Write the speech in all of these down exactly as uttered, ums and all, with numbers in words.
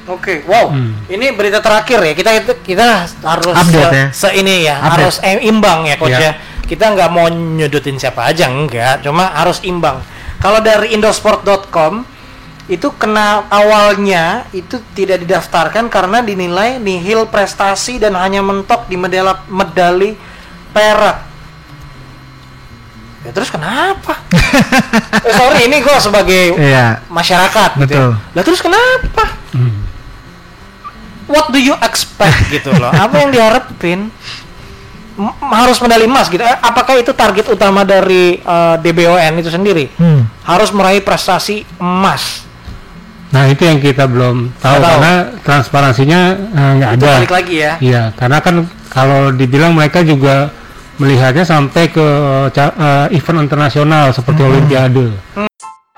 Oke, okay. Wow. Hmm. Ini berita terakhir ya. Kita kita harus update se, ya. se ini ya, update. Harus imbang ya coach yeah. ya. Kita nggak mau nyudutin siapa aja enggak, cuma harus imbang. Kalau dari indosport dot com itu kena awalnya itu tidak didaftarkan karena dinilai nihil prestasi dan hanya mentok di medali, medali perak. Ya terus kenapa? eh, sorry ini gue sebagai yeah. masyarakat gitu. Ya. Lah terus kenapa? Hmm. What do you expect gitu loh? Apa yang diharapin? M- harus medali emas gitu. Apakah itu target utama dari uh, D B O N itu sendiri? Hmm. Harus meraih prestasi emas. Nah itu yang kita belum tahu, tahu. Karena transparansinya nggak uh, ada. Balik lagi ya. Iya, karena kan kalau dibilang mereka juga melihatnya sampai ke uh, event internasional seperti hmm. Olimpiade. Hmm.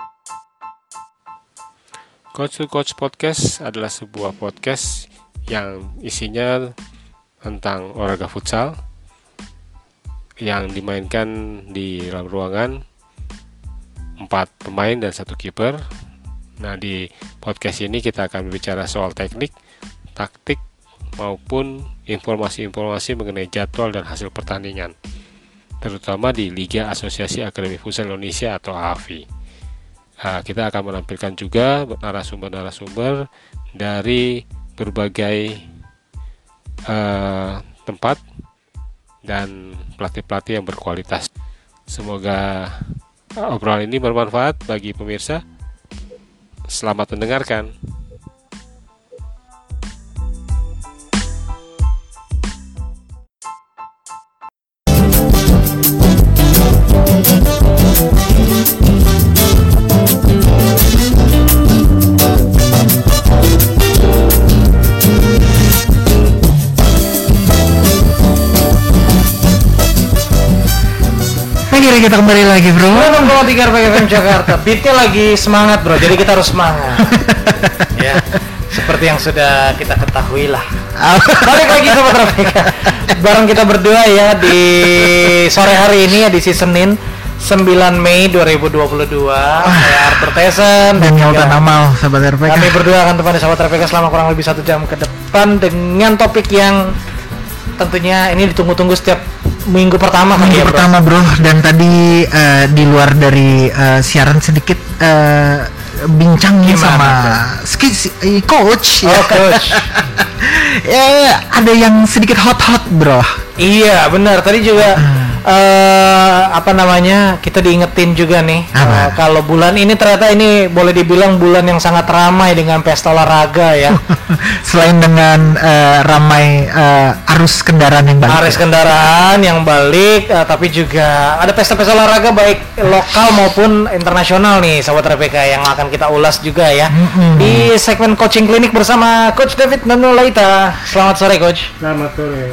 Coach to Coach Podcast adalah sebuah podcast yang isinya tentang olahraga futsal yang dimainkan di dalam ruangan empat pemain dan satu kiper. Nah di podcast ini kita akan berbicara soal teknik, taktik maupun informasi-informasi mengenai jadwal dan hasil pertandingan, terutama di Liga Asosiasi Akademi Futsal Indonesia atau A F I. Nah, kita akan menampilkan juga narasumber-narasumber dari berbagai uh, tempat dan pelatih-pelatih yang berkualitas. Semoga obrolan ini bermanfaat bagi pemirsa. Selamat mendengarkan. Akhirnya kita kembali lagi bro. enam koma tiga F M Jakarta. Beatnya lagi semangat bro, jadi kita harus semangat. Ya, seperti yang sudah kita ketahui lah. Balik lagi Sobat Trafika. Bareng kita berdua ya di sore hari ini ya di Senin sembilan Mei dua ribu dua puluh dua. Saya Arthur Tyson dan Yolta Namal Sobat R P K. Kami berdua akan temani Sobat R P K selama kurang lebih satu jam ke depan dengan topik yang tentunya ini ditunggu-tunggu setiap minggu pertama minggu ya, pertama bro. bro dan tadi uh, di luar dari uh, siaran sedikit uh, bincangnya sama ski, coach oh, ya. coach ya ada yang sedikit hot-hot bro. Iya benar tadi juga hmm. uh, apa namanya kita diingetin juga nih uh, kalau bulan ini ternyata ini boleh dibilang bulan yang sangat ramai dengan pesta olahraga ya. Selain dengan uh, ramai uh, arus kendaraan yang balik arus kendaraan yang balik uh, tapi juga ada pesta-pesta olahraga baik lokal maupun internasional nih Sobat R P K yang akan kita ulas juga ya mm-hmm. di segmen coaching klinik bersama Coach David Nanulaita. Selamat sore Coach. Selamat sore.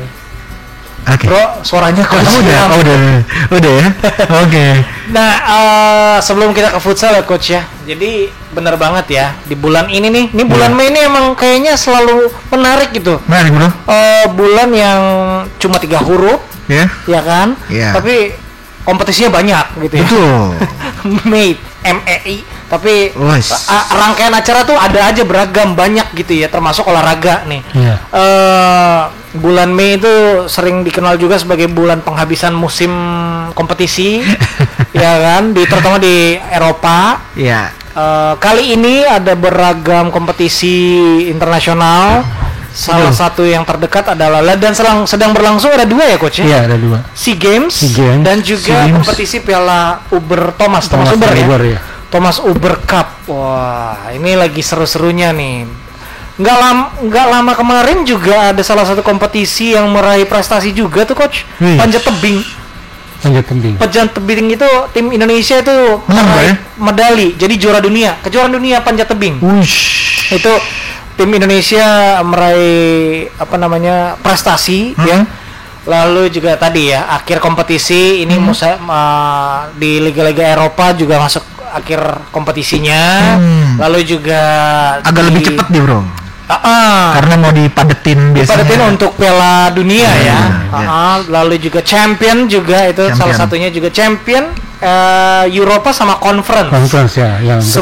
Okay. Bro, suaranya coach. Oh, udah, oh, udah, udah ya. Oke. Okay. Nah, uh, sebelum kita ke futsal ya coach ya. Jadi benar banget ya di bulan ini nih. Ini bulan yeah. Mei ini emang kayaknya selalu menarik gitu. Menarik bro. Uh, bulan yang cuma tiga huruf, ya, yeah. ya kan? Yeah. Tapi kompetisinya banyak gitu ya. Betul. Mei, M E I. Tapi uh, rangkaian acara tuh ada aja beragam banyak gitu ya, termasuk olahraga nih. Yeah. Uh, bulan Mei itu sering dikenal juga sebagai bulan penghabisan musim kompetisi, ya kan? Di terutama di Eropa. Yeah. Uh, kali ini ada beragam kompetisi internasional. Salah Aduh. satu yang terdekat adalah dan sedang sedang berlangsung ada dua ya coach ya? Iya ada dua. SEA Games, SEA Games dan juga Games. kompetisi Piala Uber Thomas Thomas, Thomas Uber ya? Uber, ya. Thomas Uber Cup. Wah ini lagi seru-serunya nih. Nggak lama nggak lama kemarin juga ada salah satu kompetisi yang meraih prestasi juga tuh coach. Hmm. Panjat tebing. Panjat tebing. Panjat tebing itu tim Indonesia itu meraih medali. Jadi juara dunia, kejuaraan dunia panjat tebing. Ush. Itu tim Indonesia meraih apa namanya prestasi hmm. ya. Lalu juga tadi ya akhir kompetisi ini hmm. musa, uh, di liga-liga Eropa juga masuk akhir kompetisinya. Hmm. Lalu juga agak di, lebih cepat nih bro. Uh-uh. Karena mau dipadetin biasanya. Dipadetin untuk Piala Dunia hmm, ya. Uh-uh. ya. Lalu juga Champion juga itu champion. Salah satunya juga Champion uh, Eropa sama Conference. Conference ya yang Sem-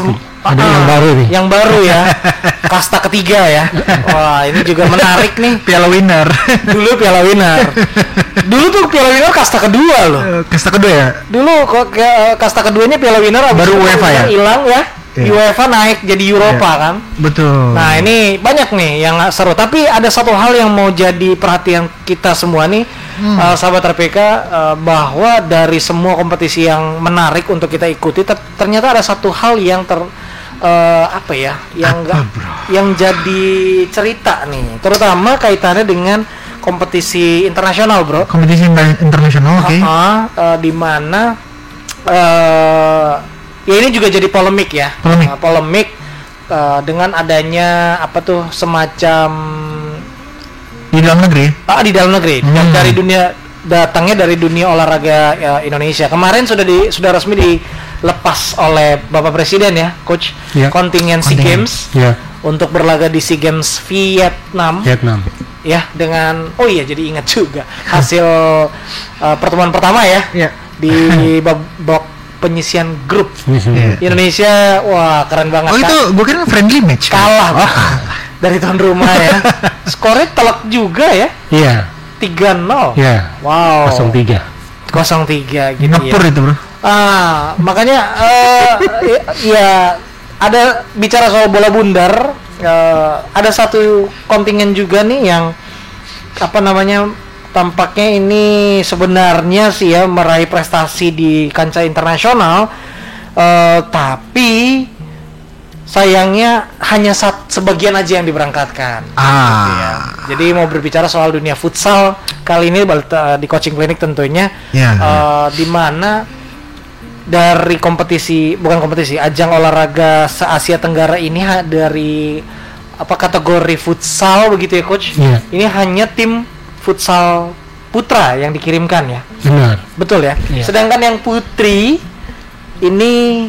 Ada ah, yang baru nih. Yang baru ya. Kasta ketiga ya. Wah, ini juga menarik nih. Piala Winner. Dulu Piala Winner. Dulu tuh Piala Winner kasta kedua loh. Kasta kedua ya? Dulu kok kasta keduanya Piala Winner baru UEFA ya? Hilang ya. Yeah. UEFA naik jadi Eropa yeah. kan. Betul. Nah, ini banyak nih yang seru. Tapi ada satu hal yang mau jadi perhatian kita semua nih, hmm. uh, sahabat R P K, uh, bahwa dari semua kompetisi yang menarik untuk kita ikuti, ter- ternyata ada satu hal yang ter uh, apa ya, yang enggak yang jadi cerita nih, terutama kaitannya dengan kompetisi internasional, bro. Kompetisi internasional, oke. Okay. Uh-huh, uh, di mana uh, ya ini juga jadi polemik ya, polemik, uh, polemik uh, dengan adanya apa tuh semacam di dalam negeri, ah di dalam negeri, hmm. dari dunia datangnya dari dunia olahraga uh, Indonesia. Kemarin sudah di sudah resmi dilepas oleh Bapak Presiden ya, Coach, yeah. kontingen SEA Games yeah. untuk berlaga di SEA Games Vietnam. Vietnam. Ya, dengan oh iya jadi ingat juga hasil uh, pertemuan pertama ya, yeah. di babak penyisian grup yeah. Indonesia. Wah, keren banget. Oh, kan? Itu gue kira friendly match. Kalah oh. dari tuan rumah ya. Skornya telak juga ya. Iya. tiga nol. Iya. Wow. nol tiga. nol tiga gitu. Ngepur ya. itu, Bro. Ah, makanya uh, ya ada bicara soal bola bundar, uh, ada satu kontingen juga nih yang apa namanya tampaknya ini sebenarnya sih ya meraih prestasi di kancah internasional, uh, tapi sayangnya hanya sat, sebagian aja yang diberangkatkan. Ah. Gitu ya. Jadi mau berbicara soal dunia futsal kali ini uh, di coaching clinic tentunya, yeah. uh, di mana dari kompetisi bukan kompetisi ajang olahraga se Asia Tenggara ini ha, dari apa kategori futsal begitu ya, Coach? Yeah. Ini hanya tim futsal putra yang dikirimkan ya. Benar. Betul ya. Yeah. Sedangkan yang putri ini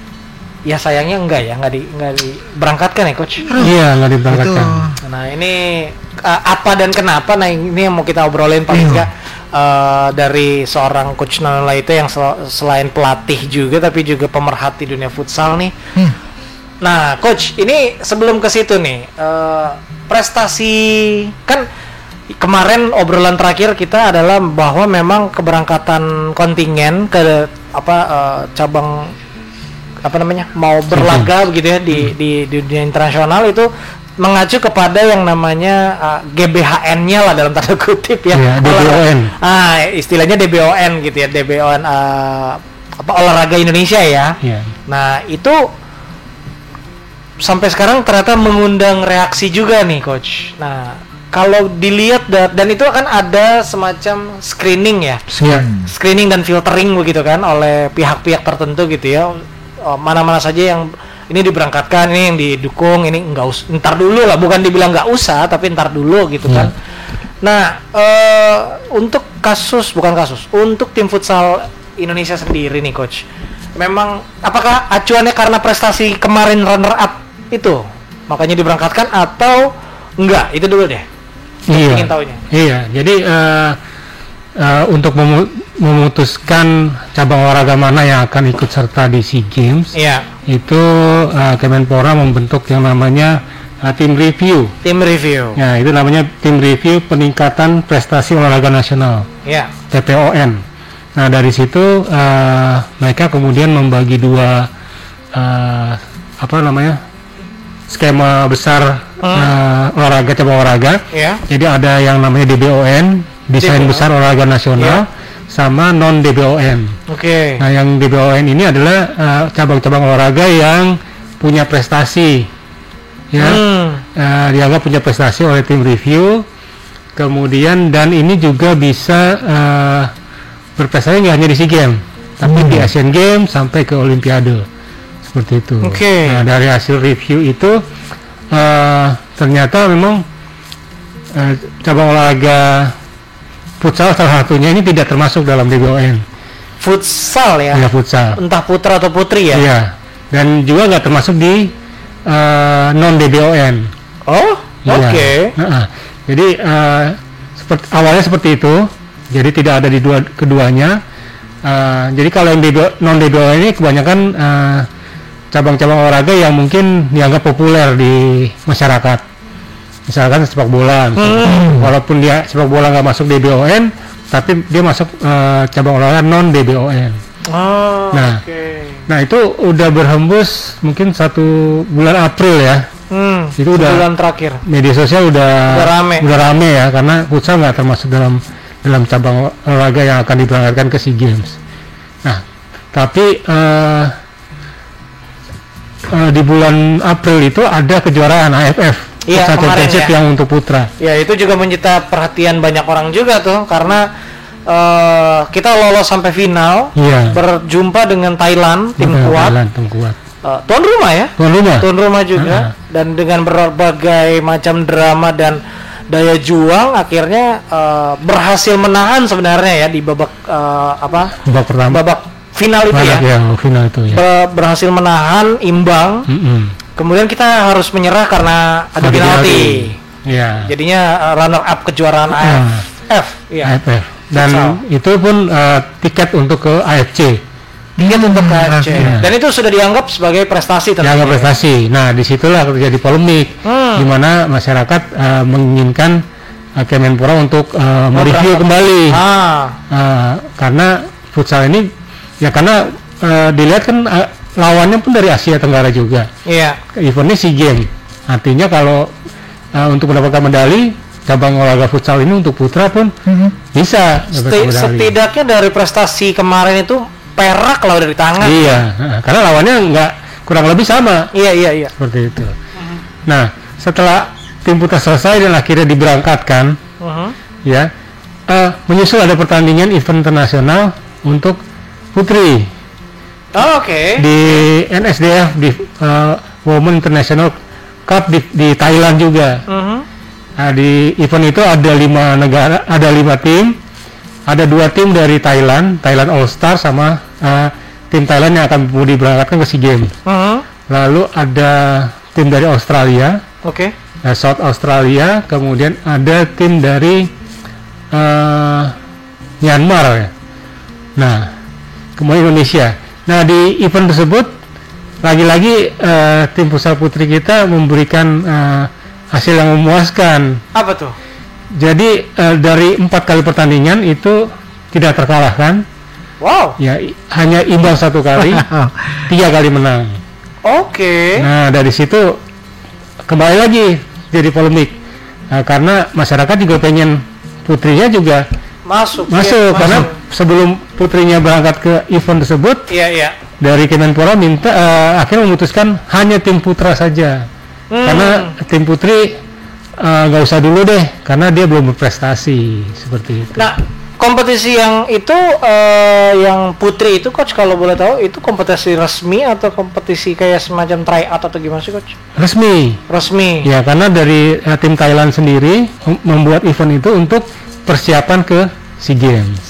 ya sayangnya enggak ya, enggak di enggak diberangkatkan ya, Coach. Iya, enggak diberangkatkan. Nah, ini uh, apa dan kenapa? Nah, ini yang mau kita obrolin paling enggak uh, dari seorang Coach Nanola itu yang sel- selain pelatih juga tapi juga pemerhati dunia futsal nih. Hmm. Nah, Coach, ini sebelum ke situ nih, uh, prestasi kan kemarin obrolan terakhir kita adalah bahwa memang keberangkatan kontingen ke apa uh, cabang apa namanya mau berlaga begitu ya di, di di dunia internasional itu mengacu kepada yang namanya uh, G B H N-nya lah dalam tanda kutip ya, ya D B O N. Ah, istilahnya D B O N gitu ya, D B O N uh, apa olahraga Indonesia ya. ya. Nah, itu sampai sekarang ternyata mengundang reaksi juga nih, Coach. Nah, kalau dilihat da- dan itu akan ada semacam screening ya, ya. screening dan filtering begitu kan oleh pihak-pihak tertentu gitu ya. Oh, mana-mana saja yang ini diberangkatkan, ini yang didukung, ini enggak us- ntar dulu lah, bukan dibilang nggak usah, tapi ntar dulu gitu kan. Hmm. Nah, uh, untuk kasus bukan kasus, untuk tim futsal Indonesia sendiri nih, Coach, memang apakah acuannya karena prestasi kemarin runner up itu makanya diberangkatkan atau enggak? Itu dulu deh. Iya. Ingin tahunya. Iya. Jadi uh, uh, untuk memu- memutuskan cabang olahraga mana yang akan ikut serta di SEA Games, iya. itu uh, Kemenpora membentuk yang namanya uh, tim review. Tim review. Ya, itu namanya tim review peningkatan prestasi olahraga nasional. Iya. T P O N. Nah, dari situ uh, mereka kemudian membagi dua uh, apa namanya skema besar hmm. uh, olahraga cabang olahraga. Iya. Jadi ada yang namanya D B O N, desain D B O N. Besar olahraga nasional. Iya. Sama non D B O N. Oke. Okay. Nah, yang D B O N ini adalah uh, cabang-cabang olahraga yang punya prestasi, ya, hmm. uh, dianggap punya prestasi oleh tim review. Kemudian dan ini juga bisa uh, berprestasi nggak hanya di SEA Games, tapi hmm. di Asian Games sampai ke Olimpiade, seperti itu. Oke. Okay. Nah, dari hasil review itu uh, ternyata memang uh, cabang olahraga futsal salah satunya ini tidak termasuk dalam D B O N. Futsal ya? Iya, futsal. Entah putra atau putri ya? Iya. Dan juga nggak termasuk di uh, non D B O N. Oh, ya. Oke. Okay. Nah, jadi uh, seperti awalnya seperti itu. Jadi tidak ada di dua keduanya. Uh, jadi kalau yang non D B O N ini kebanyakan uh, cabang-cabang olahraga yang mungkin dianggap populer di masyarakat. Misalkan sepak bola, misalkan. Hmm. Walaupun dia sepak bola nggak masuk D B O N, tapi dia masuk uh, cabang olahraga non D B O N. Oh, nah, okay. nah itu udah berhembus mungkin satu bulan April ya. Hmm, itu udah bulan terakhir. Media sosial udah udah rame, udah rame ya, karena futsal nggak termasuk dalam dalam cabang olahraga yang akan diberangkatkan ke SEA Games. Nah, tapi uh, uh, di bulan April itu ada kejuaraan A F F. Iya, Championship ya. Yang untuk putra. Ya, itu juga menyita perhatian banyak orang juga tuh, karena uh, kita lolos sampai final, iya. berjumpa dengan Thailand, tim Betul, kuat. Thailand, tim kuat. Uh, tuan rumah ya? Tuan rumah. Tuan rumah juga, uh-huh. Dan dengan berbagai macam drama dan daya juang, akhirnya uh, berhasil menahan sebenarnya ya di babak uh, apa? Babak pertama. Babak final itu babak ya. ya. Final itu ya. Ber- berhasil menahan imbang. Mm-hmm. Kemudian kita harus menyerah karena ada penalti. Iya. Jadinya uh, runner up kejuaraan A F F. Iya. A F F. Dan Futsal. Itu pun uh, tiket untuk ke A F C. Tiket hmm, untuk ke A F C. Ya. Dan itu sudah dianggap sebagai prestasi tentunya. Dianggap prestasi. Nah, disitulah terjadi polemik, hmm. di mana masyarakat uh, menginginkan uh, Kemenpora untuk uh, mereview kembali. Ah. Uh, karena futsal ini, ya karena uh, dilihat kan. Uh, lawannya pun dari Asia Tenggara juga. Iya. Eventnya SEA Games. Artinya kalau uh, untuk mendapatkan medali, cabang olahraga futsal ini untuk putra pun mm-hmm. bisa Seti- setidaknya dari prestasi kemarin itu perak kalau dari tangan. Iya, nah, karena lawannya nggak kurang lebih sama. Iya iya iya. Seperti itu. Mm-hmm. Nah, setelah tim putra selesai dan akhirnya diberangkatkan, mm-hmm. ya, uh, menyusul ada pertandingan event internasional untuk putri. Oh, oke. Okay. Di N S D F, di uh, Women International Cup di, di Thailand juga. Uh-huh. Nah, di event itu ada lima negara, ada lima tim, ada dua tim dari Thailand, Thailand All Star sama uh, tim Thailand yang akan mau diberangkatkan ke SEA Games. Uh-huh. Lalu ada tim dari Australia, oke. Okay. Uh, South Australia, kemudian ada tim dari uh, Myanmar ya. Nah, kemudian Indonesia. Nah, di event tersebut lagi-lagi uh, tim futsal putri kita memberikan uh, hasil yang memuaskan. Apa tuh? Jadi uh, dari empat kali pertandingan itu tidak terkalahkan. Wow. Ya, i- hanya imbang satu kali, tiga kali menang. Oke. Okay. Nah, dari situ kembali lagi jadi polemik. Nah, karena masyarakat juga pengen putrinya juga masuk masuk ya, karena masuk. Sebelum putrinya berangkat ke event tersebut, iya iya, dari Kemenpora minta uh, akhirnya memutuskan hanya tim putra saja, hmm. karena tim putri nggak uh, usah dulu deh karena dia belum berprestasi seperti itu. Nah, kompetisi yang itu uh, yang putri itu coach kalau boleh tahu itu kompetisi resmi atau kompetisi kayak semacam tryout atau gimana sih coach? Resmi. Resmi. Ya, karena dari uh, tim Thailand sendiri membuat event itu untuk persiapan ke SEA Games.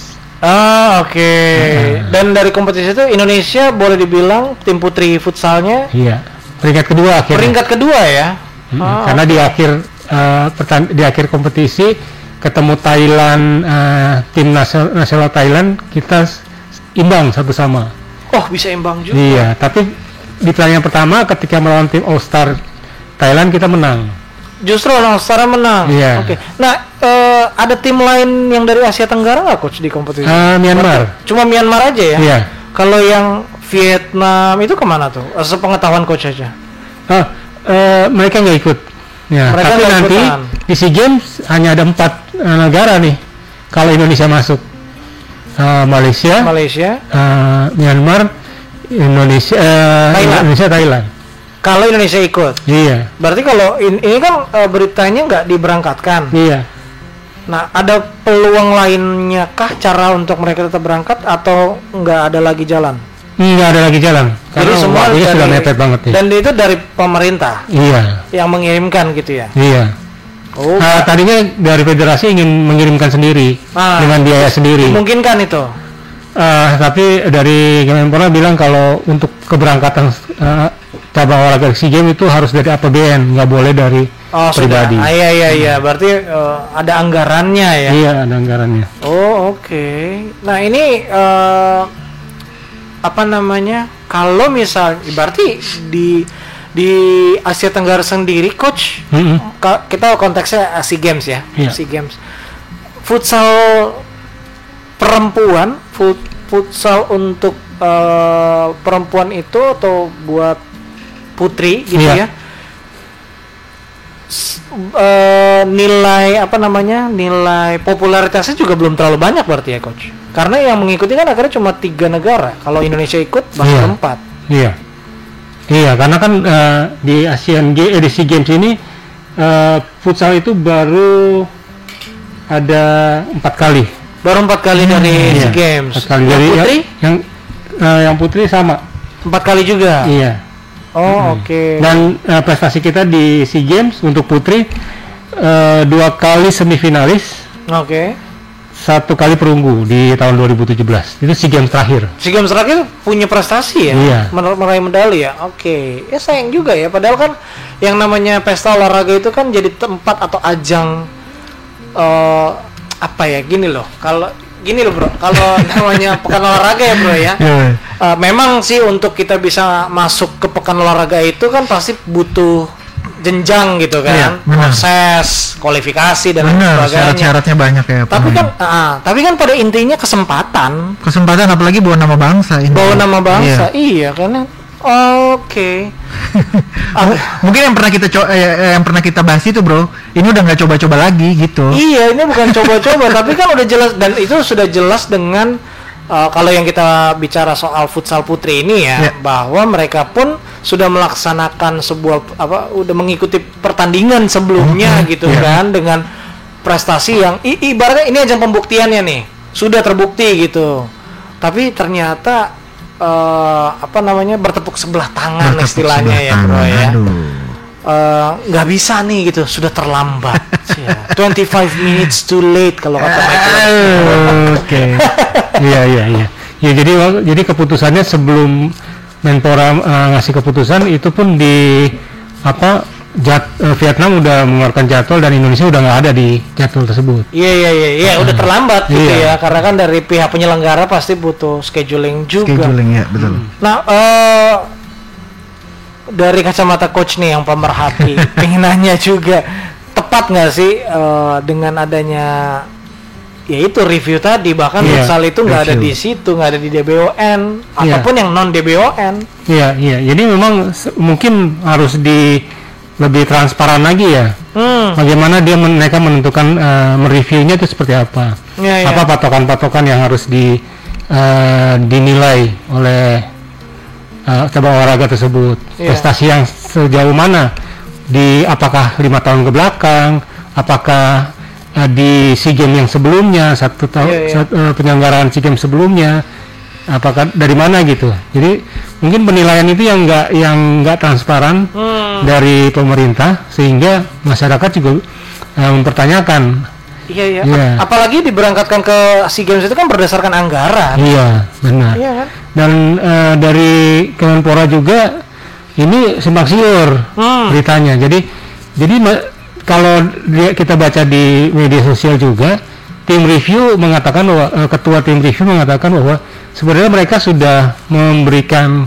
Ah, oke. Okay. Uh-huh. Dan dari kompetisi itu Indonesia boleh dibilang tim putri futsalnya iya, peringkat kedua akhirnya. Peringkat kedua ya. Hmm, oh, karena okay. di akhir uh, pertan- di akhir kompetisi ketemu Thailand, uh, tim nasional, nasional Thailand kita imbang satu sama. Oh, bisa imbang juga. Iya, tapi di pertandingan pertama ketika melawan tim All Star Thailand kita menang. Justru All Star menang. Iya. Oke. Okay. Nah, uh, ada tim lain yang dari Asia Tenggara nggak coach di kompetisi? Uh, Myanmar. Cuma Myanmar aja ya? Iya. Kalau yang Vietnam itu kemana tuh? Sepengetahuan coach aja. Uh, uh, mereka nggak ikut. Ya, mereka tapi nanti ikutan. Di SEA Games hanya ada empat uh, negara nih. Kalau Indonesia masuk, uh, Malaysia, Malaysia, uh, Myanmar, Indonesia, uh, Thailand. Indonesia, Thailand. Kalau Indonesia ikut, iya. Berarti kalau in, ini kan uh, beritanya nggak diberangkatkan. Iya. Nah, ada peluang lainnya kah cara untuk mereka tetap berangkat atau nggak ada lagi jalan? Nggak ada lagi jalan. Jadi semua dari, sudah mepet banget nih. Dan itu dari pemerintah. Iya. Yang mengirimkan gitu ya. Iya. Oh. Uh, tadinya dari federasi ingin mengirimkan sendiri ah, dengan biaya sendiri. Memungkinkan itu. Uh, tapi dari Kemenpora bilang kalau untuk keberangkatan uh, cabang olahraga SEA Games itu harus dari A P B N, nggak boleh dari oh, pribadi. Ah, iya iya iya, berarti uh, ada anggarannya ya. Iya, ada anggarannya. Oh, oke. Okay. Nah, ini uh, apa namanya? kalau misal berarti di di Asia Tenggara sendiri, coach, mm-hmm. ka, kita konteksnya SEA Games ya, yeah. SEA Games. Futsal perempuan, fut, futsal untuk uh, perempuan itu atau buat putri gitu yeah. ya. S, uh, nilai apa namanya? Nilai popularitasnya juga belum terlalu banyak berarti ya, coach. Karena yang mengikuti kan akhirnya cuma tiga negara. Kalau Indonesia ikut baru yeah. empat. Iya. Yeah. Iya, karena kan uh, di Asian Games, eh, di SEA Games ini uh, futsal itu baru ada empat kali. Baru empat kali hmm, dari iya, SEA Games. Empat kali dari putri? Yang yang, uh, yang putri sama. Empat kali juga. Iya. Oh hmm. oke. Okay. Dan uh, prestasi kita di SEA Games untuk putri uh, dua kali semifinalis. Oke. Okay. Satu kali perunggu di tahun dua ribu tujuh belas. Itu SEA Games terakhir. SEA Games terakhir punya prestasi ya? Iya. Meraih medali ya? Oke. Okay. Ya sayang juga ya. Padahal kan yang namanya pesta olahraga itu kan jadi tempat atau ajang uh, apa ya? Gini loh. Kalau gini loh bro. Kalau namanya pekan olahraga ya bro ya. Yeah. Uh, memang sih untuk kita bisa masuk ke pekan olahraga itu kan pasti butuh jenjang gitu kan, iya, proses kualifikasi dan bener, sebagainya. Syarat-syaratnya banyak ya. Tapi kan, uh, tapi kan pada intinya kesempatan. Kesempatan apalagi bawa nama bangsa ini. Bawa nama bangsa, iya, iya karena. Oke. Okay. Mungkin yang pernah kita co- eh, yang pernah kita bahas itu bro, ini udah nggak coba-coba lagi gitu. Iya, ini bukan coba-coba, tapi kan udah jelas dan itu sudah jelas dengan. Uh, kalau yang kita bicara soal futsal putri ini ya, yeah. bahwa mereka pun sudah melaksanakan sebuah apa udah mengikuti pertandingan sebelumnya mm-hmm. gitu yeah. kan dengan prestasi yang i- ibaratnya ini ajang pembuktiannya nih sudah terbukti gitu, tapi ternyata uh, apa namanya bertepuk sebelah tangan bertepuk istilahnya sebelah ya tangan. Bro ya nggak uh, bisa nih gitu sudah terlambat ya. twenty-five minutes too late kalau kata Michael. Oke. Iya iya iya. Ya jadi jadi keputusannya sebelum Menpora uh, ngasih keputusan itu pun di apa jat, uh, Vietnam udah mengeluarkan jadwal dan Indonesia udah nggak ada di jadwal tersebut. Iya iya iya iya uh, udah terlambat gitu iya. ya karena kan dari pihak penyelenggara pasti butuh scheduling juga. Scheduling ya betul. Nah uh, dari kacamata coach nih yang pemerhati, pengen nanya juga tepat nggak sih uh, dengan adanya yaitu review tadi bahkan yeah, futsal itu nggak ada di situ nggak ada di D B O N yeah. ataupun yang non D B O N. Iya yeah, iya yeah. Jadi memang se- mungkin harus di lebih transparan lagi ya. Hmm. Bagaimana dia men- mereka menentukan uh, mereviewnya itu seperti apa? Yeah, apa yeah. patokan-patokan yang harus di uh, dinilai oleh Uh, cabang olahraga tersebut, yeah. prestasi yang sejauh mana di apakah lima tahun ke belakang, apakah uh, di SEA Games yang sebelumnya satu tahun yeah, yeah. Satu, uh, penyelenggaraan SEA Games sebelumnya, apakah dari mana gitu. Jadi mungkin penilaian itu yang enggak yang enggak transparan hmm. dari pemerintah sehingga masyarakat juga uh, mempertanyakan. Iya iya. Yeah. Apalagi diberangkatkan ke SEA Games itu kan berdasarkan anggaran. Iya benar. Iya kan. Dan uh, dari Kemenpora juga ini simpang siur hmm. beritanya. Jadi jadi ma- kalau dia, kita baca di media sosial juga, tim review mengatakan bahwa uh, ketua tim review mengatakan bahwa sebenarnya mereka sudah memberikan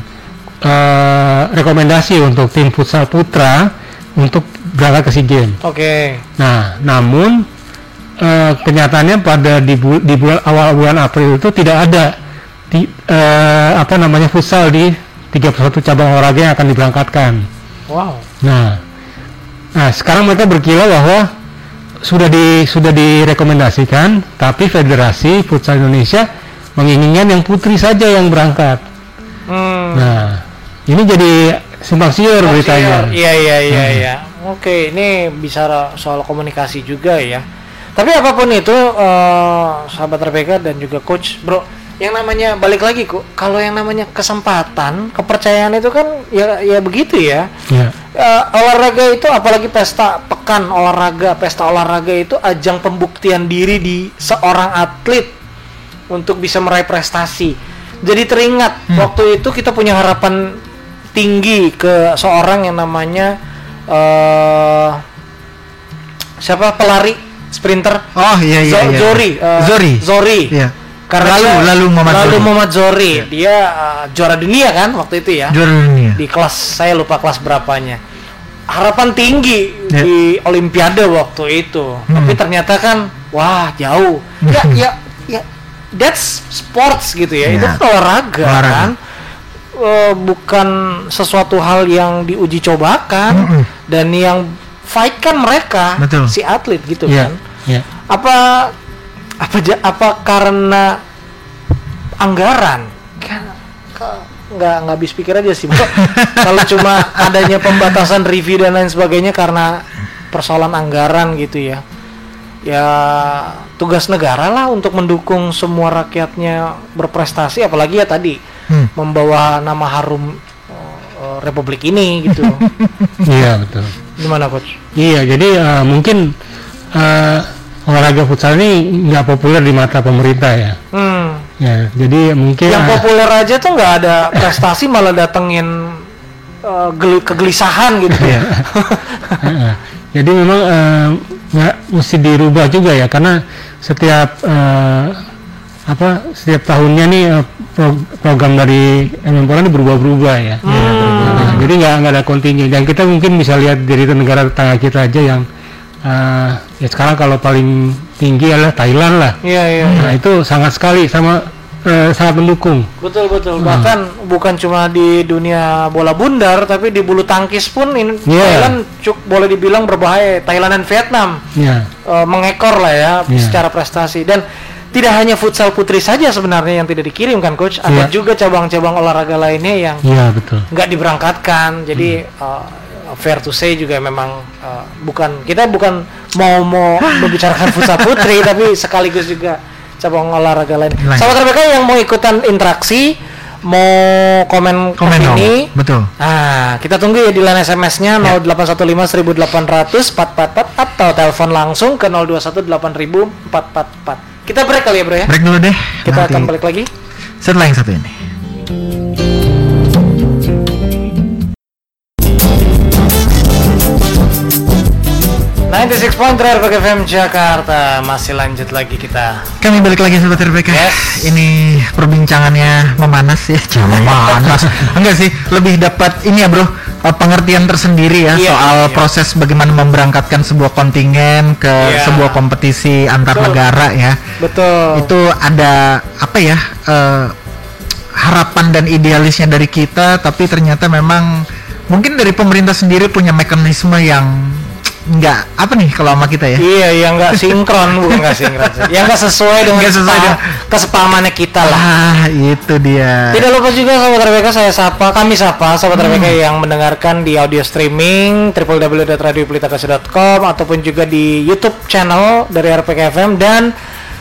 uh, rekomendasi untuk tim futsal putra untuk berangkat ke SEA Games. Oke. Okay. Nah, namun uh, kenyataannya pada di, bu- di bulan awal bulan April itu tidak ada di uh, apa namanya futsal di tiga puluh satu cabang olahraga yang akan diberangkatkan. Wow. Nah, nah sekarang mereka berkilau bahwa sudah di sudah direkomendasikan, tapi Federasi Futsal Indonesia menginginkan yang putri saja yang berangkat. Hmm. Nah, ini jadi simpang siur beritanya. Iya iya iya hmm. iya. Oke, ini bicara soal komunikasi juga ya. Tapi apapun itu, uh, sahabat R P K dan juga coach, bro. Yang namanya balik lagi kok, kalau yang namanya kesempatan, kepercayaan itu kan ya ya begitu ya. Yeah. Uh, olahraga itu apalagi pesta pekan olahraga, pesta olahraga itu ajang pembuktian diri di seorang atlet untuk bisa meraih prestasi. Jadi teringat hmm. waktu itu kita punya harapan tinggi ke seorang yang namanya uh, siapa pelari sprinter. Oh iya iya. Z- iya. Zori. Uh, Zori. Zori. Iya. Karena lalu dia, lalu Muhammad lalu Zohri, Muhammad Zohri. Yeah. Dia uh, juara dunia kan waktu itu ya. Juara dunia. Di kelas saya lupa kelas berapanya. Harapan tinggi yeah. di Olimpiade waktu itu. Hmm. Tapi ternyata kan wah jauh. Ya ya ya that's sports gitu ya. Yeah. Itu kan olahraga, olahraga kan. Uh, bukan sesuatu hal yang diuji cobakan mm-hmm. dan yang fight kan mereka. Betul. Si atlet gitu yeah. kan. Yeah. Apa apa apa karena anggaran kan nggak nggak habis pikir aja sih kalau cuma adanya pembatasan review dan lain sebagainya karena persoalan anggaran gitu ya ya tugas negara lah untuk mendukung semua rakyatnya berprestasi apalagi ya tadi hmm. membawa nama harum uh, Republik ini gitu. Iya betul. Gimana coach? Iya jadi uh, mungkin uh, olahraga futsal ini nggak populer di mata pemerintah ya. Hmm. Ya, jadi mungkin yang uh, populer aja tuh nggak ada prestasi malah datengin uh, gel- kegelisahan gitu. Ya. Jadi memang nggak uh, mesti dirubah juga ya karena setiap uh, apa setiap tahunnya nih uh, pro- program dari Menpora ini berubah-berubah ya. Hmm. Ya berubah. Nah, jadi nggak nggak ada kontingen dan kita mungkin bisa lihat dari negara tetangga kita aja yang Uh, ya sekarang kalau paling tinggi adalah Thailand lah. Iya iya. Nah ya. Itu sangat sekali sama uh, sangat mendukung. Betul betul. Hmm. Bahkan bukan cuma di dunia bola bundar, tapi di bulu tangkis pun in, yeah. Thailand cuk boleh dibilang berbahaya. Thailand dan Vietnam yeah. uh, mengekor lah ya yeah. secara prestasi dan tidak hanya futsal putri saja sebenarnya yang tidak dikirim kan coach. Ada yeah. juga cabang-cabang olahraga lainnya yang yeah, betul. nggak diberangkatkan. Jadi hmm. uh, fair to say juga memang uh, bukan kita bukan mau mau membicarakan futsal putri tapi sekaligus juga cabang olahraga lain. Sahabat R P K yang mau ikutan interaksi, mau komen komen ini, betul. Nah, kita tunggu ya di line S M S-nya nol delapan satu lima satu delapan nol nol empat empat empat atau telepon langsung ke nol dua satu delapan nol nol empat empat empat. Kita break kali ya, Bro ya. Break dulu deh. Kita nanti akan balik lagi setelah yang satu ini. sembilan puluh enam poin tiga R P K F M Jakarta. Masih lanjut lagi kita. Kami balik lagi sobat R P K. Yes. Ini perbincangannya memanas ya. Jangan memanas. Enggak sih, lebih dapat ini ya bro, pengertian tersendiri ya iya, soal iya. proses bagaimana memberangkatkan sebuah kontingen ke iya. sebuah kompetisi antar Betul. negara ya. Betul. Itu ada apa ya? Uh, harapan dan idealisnya dari kita, tapi ternyata memang mungkin dari pemerintah sendiri punya mekanisme yang nggak apa nih kalau sama kita ya? Iya, yang nggak sinkron, bukan nggak sinkron, yang nggak sesuai dengan gak sesuai dengan kesepahamannya kita lah. Ah, itu dia. Tidak lupa juga sahabat R P K, saya sapa, kami sapa sahabat hmm. R P K yang mendengarkan di audio streaming w w w dot radio pelita kasih dot com ataupun juga di YouTube channel dari R P K F M. Dan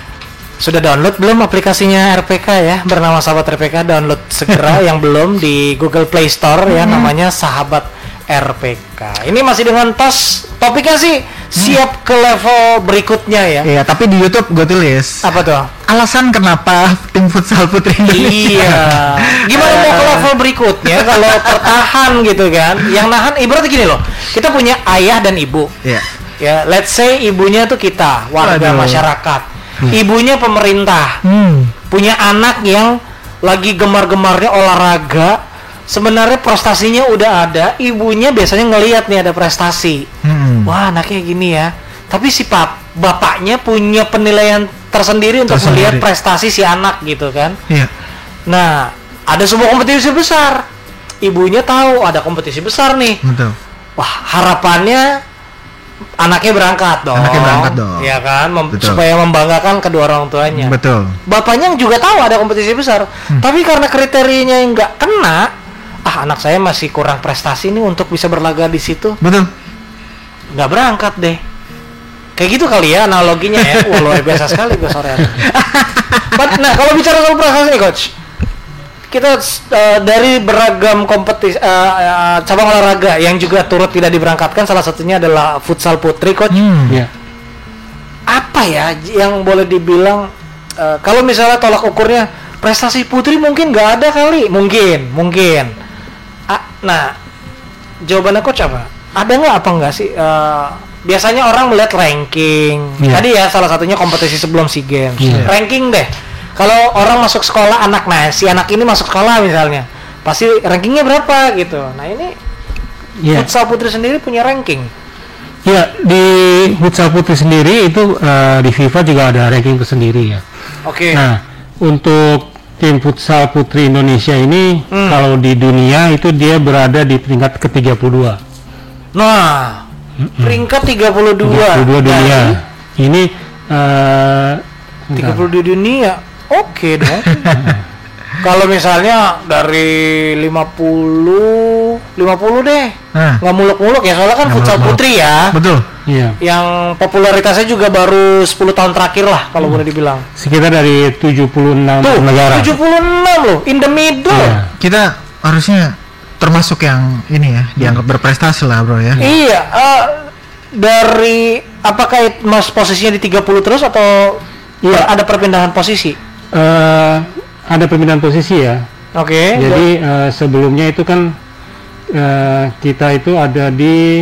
sudah download belum aplikasinya R P K ya, bernama Sahabat R P K? Download segera yang belum di Google Play Store ya, hmm. namanya Sahabat R P K. Ini masih dengan tos topiknya sih siap hmm. ke level berikutnya ya. Iya, tapi di YouTube gue tulis. Apa tuh? Alasan kenapa tim futsal putri Indonesia. Iya. Gimana mau ke level berikutnya kalau tertahan gitu kan? Yang nahan ibaratnya gini loh. Kita punya ayah dan ibu. Iya. Ya, let's say ibunya tuh kita, warga Aduh. masyarakat. Hmm. Ibunya pemerintah. Hmm. Punya anak yang lagi gemar-gemarnya olahraga. Sebenarnya prestasinya udah ada, ibunya biasanya ngelihat nih ada prestasi. Hmm. Wah, anaknya gini ya. Tapi si pap, bapaknya punya penilaian tersendiri untuk tersendiri. melihat prestasi si anak gitu kan. Iya. Nah, ada sebuah kompetisi besar. Ibunya tahu ada kompetisi besar nih. Betul. Wah, harapannya anaknya berangkat dong. Anaknya berangkat dong. Ya kan, Mem- supaya membanggakan kedua orang tuanya. Betul. Bapaknya juga tahu ada kompetisi besar, hmm. tapi karena kriterianya yang nggak kena, ah anak saya masih kurang prestasi nih untuk bisa berlaga di situ. Betul. Nggak berangkat deh. Kayak gitu kali ya analoginya ya. Wah, luar biasa sekali gue sore hari. Nah, kalau bicara soal prestasi nih coach, kita uh, dari beragam kompetisi uh, uh, cabang olahraga yang juga turut tidak diberangkatkan, salah satunya adalah futsal putri coach. Hmm, yeah. Apa ya yang boleh dibilang uh, kalau misalnya tolak ukurnya prestasi putri mungkin nggak ada kali, mungkin, mungkin. Ah, nah, jawabannya coach apa? Ada nggak apa nggak sih? Uh, biasanya orang melihat ranking. Yeah. Tadi ya salah satunya kompetisi sebelum SEA Games. Yeah. Ranking deh. Kalau orang masuk sekolah anak, nah si anak ini masuk sekolah misalnya, pasti rankingnya berapa gitu. Nah ini yeah. futsal putri sendiri punya ranking. Ya, di futsal putri sendiri itu uh, di FIFA juga ada ranking tersendiri ya. Oke. Okay. Nah, untuk tim futsal putri Indonesia ini hmm. kalau di dunia itu dia berada di peringkat ke tiga puluh dua. Nah, mm-mm. peringkat tiga puluh dua. tiga puluh dua dunia. Dari ini uh, tiga puluh dua dunia. Oke okay dong. Kalau misalnya dari lima puluh lima puluh deh. Nah. Nggak muluk-muluk ya, soalnya kan futsal putri ya. Betul. Iya. Yang popularitasnya juga baru sepuluh tahun terakhir lah kalau hmm. boleh dibilang. Sekitar dari tujuh puluh enam Tuh, negara. tujuh puluh enam loh, in the middle. Iya. Kita harusnya termasuk yang ini ya, dianggap berprestasi lah, Bro ya. Iya, uh, dari apakah mas posisinya di tiga puluh terus atau ya ada perpindahan posisi? Uh, ada perpindahan posisi ya. Oke. Okay, jadi uh, sebelumnya itu kan uh, kita itu ada di,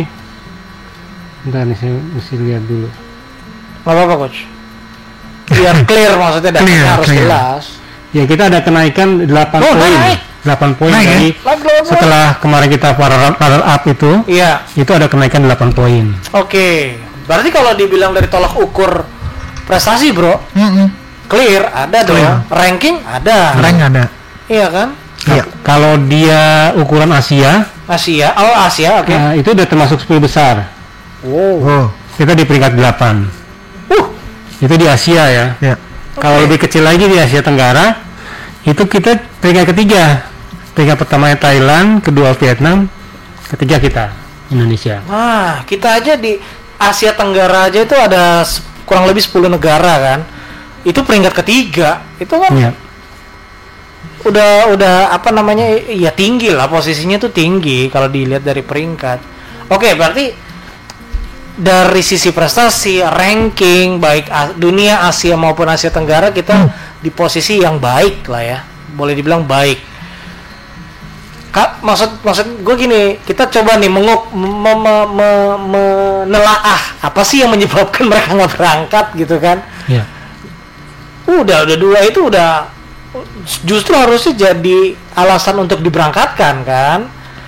bentar nih saya mesti lihat dulu. Nggak apa-apa coach. Biar clear maksudnya datanya harus clear. Jelas. Ya kita ada kenaikan delapan oh, poin. Naik. delapan poin dari ya? Setelah kemarin kita runner up itu. Iya. Itu ada kenaikan delapan poin. Oke. Okay. Berarti kalau dibilang dari tolak ukur prestasi, Bro. Mm-hmm. Clear ada dong, clear. Ranking ada, rank ada, iya kan? Iya. Kalau dia ukuran Asia, Asia, oh Asia, oke. Okay. Uh, itu udah termasuk sepuluh besar. Wow. Oh. Kita di peringkat delapan. Uh. Itu di Asia ya. Yeah. Kalau okay. lebih kecil lagi di Asia Tenggara, itu kita peringkat ketiga. Peringkat pertamanya Thailand, kedua Vietnam, ketiga kita Indonesia. Nah, kita aja di Asia Tenggara aja itu ada kurang lebih sepuluh negara kan. Itu peringkat ketiga, itu kan ya. udah udah apa namanya ya tinggi lah, posisinya tuh tinggi kalau dilihat dari peringkat. Oke, berarti dari sisi prestasi, ranking baik a- dunia, Asia maupun Asia Tenggara kita hmm. di posisi yang baik lah ya, boleh dibilang baik. Kak, maksud maksud gue gini, kita coba nih menguk me, me, me, menelaah apa sih yang menyebabkan mereka nggak berangkat gitu kan? Ya. Udah, udah dua itu udah justru harusnya jadi alasan untuk diberangkatkan kan?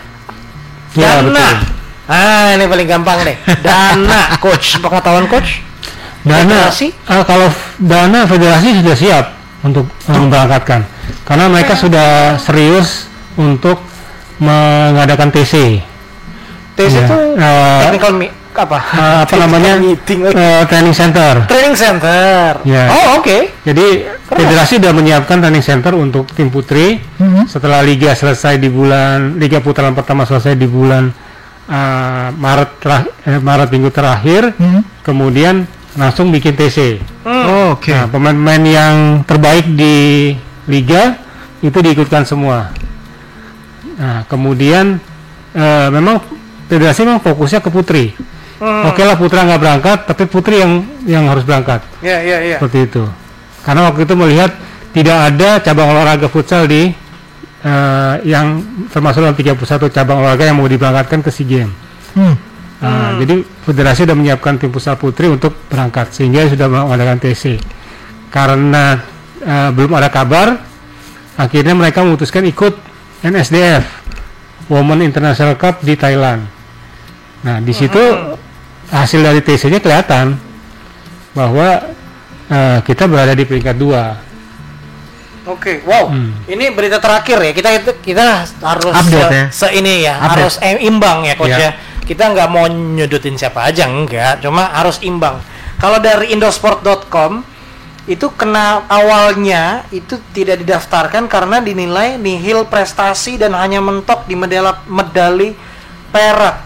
Ya, Dana. Betul. Ah, ini paling gampang deh. Dana, coach, pengetahuan coach. Dana. Uh, kalau dana federasi sudah siap untuk uh, memberangkatkan, karena mereka sudah serius untuk mengadakan T C. T C itu uh, technical mi- apa? Uh, apa namanya? Uh, training center. Training center. Yeah. Oh, oke. Okay. Jadi Keren. Federasi sudah menyiapkan training center untuk tim putri. Mm-hmm. Setelah liga selesai di bulan liga putaran pertama selesai di bulan uh, Maret terah- eh, Maret minggu terakhir, mm-hmm. kemudian langsung bikin T C. Mm. Oh, oke. Okay. Nah, pemain-pemain yang terbaik di liga itu diikutkan semua. Nah, kemudian uh, memang federasi memang fokusnya ke putri. Hmm. Oke lah putra nggak berangkat, tapi putri yang yang harus berangkat. Iya iya iya. Seperti itu. Karena waktu itu melihat tidak ada cabang olahraga futsal di uh, yang termasuk dalam tiga puluh satu cabang olahraga yang mau diberangkatkan ke SEA Games. Hmm. Nah, hmm. Jadi federasi sudah menyiapkan tim futsal putri untuk berangkat sehingga sudah mengadakan T C. Karena uh, belum ada kabar, akhirnya mereka memutuskan ikut N S D F Women International Cup di Thailand. Nah di situ hmm. hasil dari T C-nya kelihatan bahwa uh, kita berada di peringkat dua. Oke, okay. Wow. Hmm. Ini berita terakhir ya. Kita kita harus update, se, ya. se ini ya, update. Harus imbang ya coach yeah. ya. Kita nggak mau nyudutin siapa aja, enggak. Cuma harus imbang. Kalau dari indosport dot com itu kena awalnya itu tidak didaftarkan karena dinilai nihil prestasi dan hanya mentok di medali, medali perak.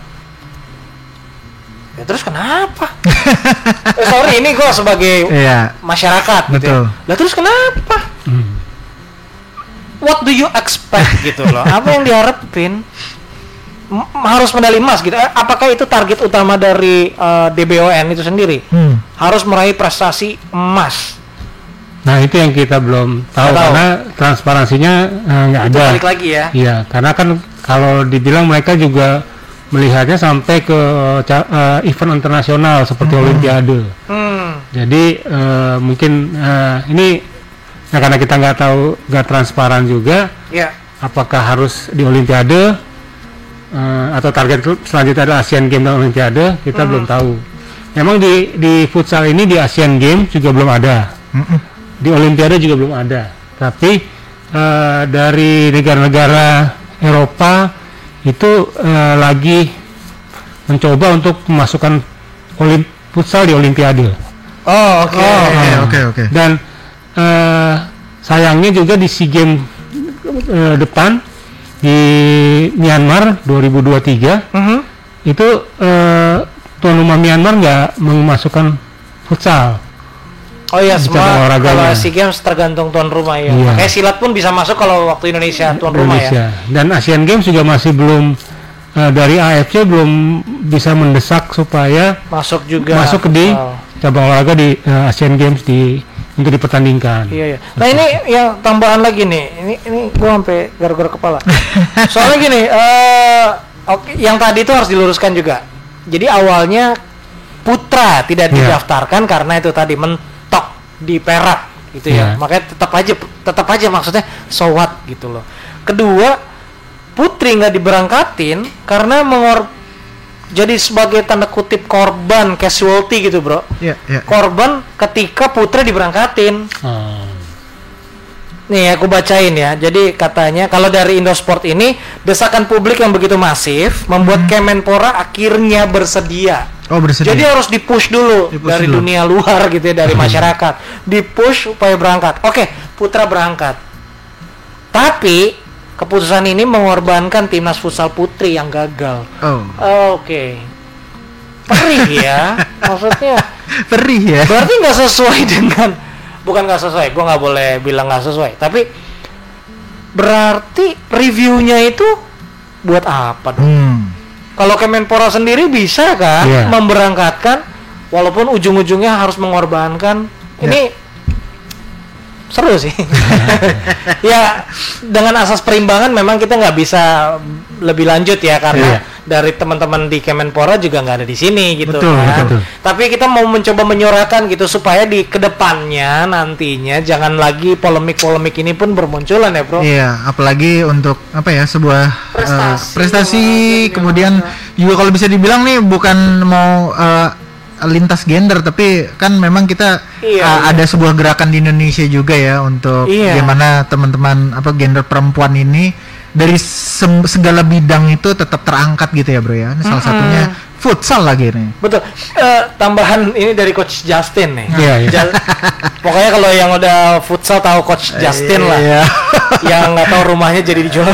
Ya terus kenapa? eh, sorry ini gue sebagai yeah. masyarakat gitu ya. Lah terus kenapa? Hmm. What do you expect gitu loh? Apa yang diharapin? M- harus medali emas gitu. Eh, apakah itu target utama dari uh, D B O N itu sendiri? Hmm. Harus meraih prestasi emas. Nah itu yang kita belum tahu, tahu. Karena transparansinya nggak uh, ada. Balik lagi ya? Iya, karena kan kalau dibilang mereka juga melihatnya sampai ke uh, event internasional seperti hmm. Olimpiade. Hmm. Jadi uh, mungkin uh, ini Nah karena kita nggak tahu, nggak transparan juga. Yeah. Apakah harus di Olimpiade uh, atau target selanjutnya adalah Asian Games dan Olimpiade? Kita mm. belum tahu. Memang di di futsal ini di Asian Games juga belum ada, mm-mm. di Olimpiade juga belum ada. Tapi uh, dari negara-negara Eropa itu uh, lagi mencoba untuk memasukkan olim futsal di Olimpiade. Oh oke okay. oke oh, oke oke. Dan uh, sayangnya juga di SEA Games uh, depan di Myanmar dua ribu dua puluh tiga uh-huh. itu uh, tuan rumah Myanmar nggak memasukkan futsal. Oh iya, semua kalau SEA Games tergantung tuan rumah ya. Iya. Makanya silat pun bisa masuk kalau waktu Indonesia tuan Indonesia. rumah ya. Dan Asian Games juga masih belum uh, dari A F C belum bisa mendesak supaya masuk juga masuk di oh. cabang olahraga di uh, Asian Games di untuk dipertandingkan. Iya iya. Nah ini yang tambahan lagi nih. Ini ini gua sampai gara-gara kepala. Soalnya gini, uh, okay, yang tadi itu harus diluruskan juga. Jadi awalnya putra tidak yeah. didaftarkan karena itu tadi mentok di Perak gitu ya. Yeah. Makanya tetap aja tetap aja maksudnya so what gitu loh. Kedua, putri nggak diberangkatin karena mengor jadi sebagai tanda kutip korban casualty gitu bro. Yeah, yeah. Korban ketika putra diberangkatin. Hmm. Nih aku bacain ya. Jadi katanya kalau dari Indosport ini desakan publik yang begitu masif membuat hmm. Kemenpora akhirnya bersedia. Oh, bersedia. Jadi harus dipush dulu dipush dari dulu. dunia luar gitu ya, dari masyarakat. Dipush supaya berangkat. Oke, putra berangkat. Tapi keputusan ini mengorbankan timnas futsal putri yang gagal. Oh. Oke. Okay. Perih ya. Maksudnya perih ya. Berarti nggak sesuai dengan bukan nggak sesuai. Gue nggak boleh bilang nggak sesuai. Tapi berarti reviewnya itu buat apa dong? Hmm. Kalau Kemenpora sendiri bisa kan yeah. memberangkatkan walaupun ujung-ujungnya harus mengorbankan. Yeah. Ini seru sih. Ya dengan asas perimbangan memang kita nggak bisa lebih lanjut ya karena yeah. dari teman-teman di Kemenpora juga nggak ada di sini gitu betul, kan. Betul. Tapi kita mau mencoba menyuarakan gitu supaya di kedepannya nantinya jangan lagi polemik-polemik ini pun bermunculan ya bro. Iya, apalagi untuk apa ya sebuah prestasi, uh, prestasi kemudian juga kalau bisa dibilang nih bukan mau uh, lintas gender tapi kan memang kita iya, uh, iya. ada sebuah gerakan di Indonesia juga ya untuk iya. gimana teman-teman apa gender perempuan ini dari se- segala bidang itu tetap terangkat gitu ya bro ya. Ini salah mm-hmm. satunya futsal lagi nih. Betul. Uh, tambahan ini dari Coach Justin nih. Iya. iya. Ja- Pokoknya kalau yang udah futsal tahu Coach Justin lah. Iya. Yang nggak tahu rumahnya jadi dijual.